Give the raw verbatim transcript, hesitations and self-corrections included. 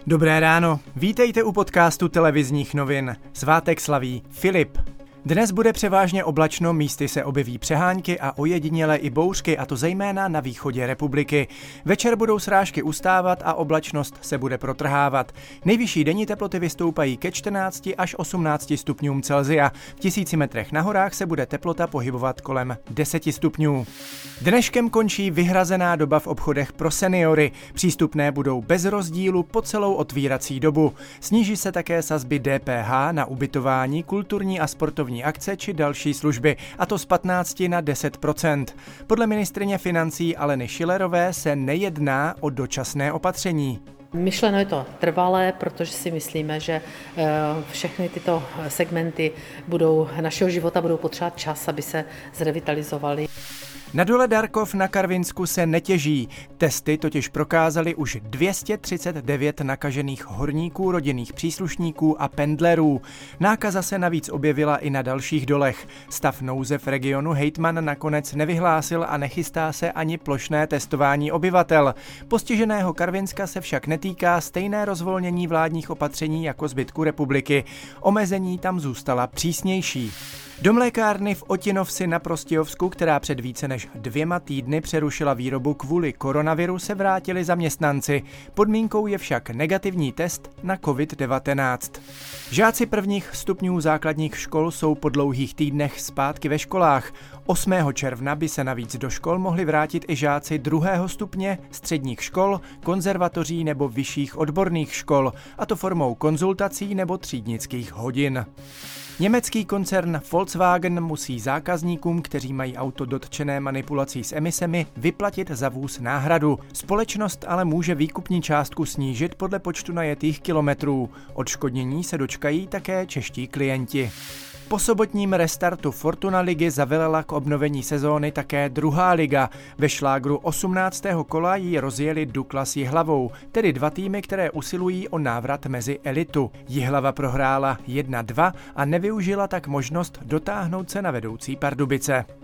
Dobré ráno, vítejte u podcastu televizních novin. Svátek slaví Filip. Dnes bude převážně oblačno, místy se objeví přehánky a ojedinělé i bouřky, a to zejména na východě republiky. Večer budou srážky ustávat a oblačnost se bude protrhávat. Nejvyšší denní teploty vystoupají ke čtrnácti až osmnácti stupňům Celsia. V tisíci metrech na horách se bude teplota pohybovat kolem deseti stupňů. Dneškem končí vyhrazená doba v obchodech pro seniory. Přístupné budou bez rozdílu po celou otvírací dobu. Sníží se také sazby D P H na ubytování, kulturní a sportovní akce či další služby, a to z patnácti na deset procent. Podle ministryně financí Aleny Schillerové se nejedná o dočasné opatření. Myšleno je to trvalé, protože si myslíme, že všechny tyto segmenty budou, našeho života budou potřebovat čas, aby se zrevitalizovaly. Na dole Darkov na Karvinsku se netěží. Testy totiž prokázaly už dvě stě třicet devět nakažených horníků, rodinných příslušníků a pendlerů. Nákaza se navíc objevila i na dalších dolech. Stav nouze v regionu hejtman nakonec nevyhlásil a nechystá se ani plošné testování obyvatel. Postiženého Karvinska se však netýká stejné rozvolnění vládních opatření jako zbytku republiky. Omezení tam zůstala přísnější. Do mlékárny v Otinovsi na Prostějovsku, která před více než dvěma týdny přerušila výrobu kvůli koronaviru, se vrátili zaměstnanci. Podmínkou je však negativní test na covid devatenáct. Žáci prvních stupňů základních škol jsou po dlouhých týdnech zpátky ve školách. osmého června by se navíc do škol mohli vrátit i žáci druhého stupně středních škol, konzervatoří nebo vyšších odborných škol, a to formou konzultací nebo třídnických hodin. Německý koncern Volkswagen musí zákazníkům, kteří mají auto dotčené manipulací s emisemi, vyplatit za vůz náhradu. Společnost ale může výkupní částku snížit podle počtu najetých kilometrů. Odškodnění se dočkají také čeští klienti. Po sobotním restartu Fortuna ligy zavelela k obnovení sezóny také druhá liga. Ve šlágru osmnáctého kola ji rozjeli Dukla s Jihlavou, tedy dva týmy, které usilují o návrat mezi elitu. Jihlava prohrála jedna dva a nevyužila tak možnost dotáhnout se na vedoucí Pardubice.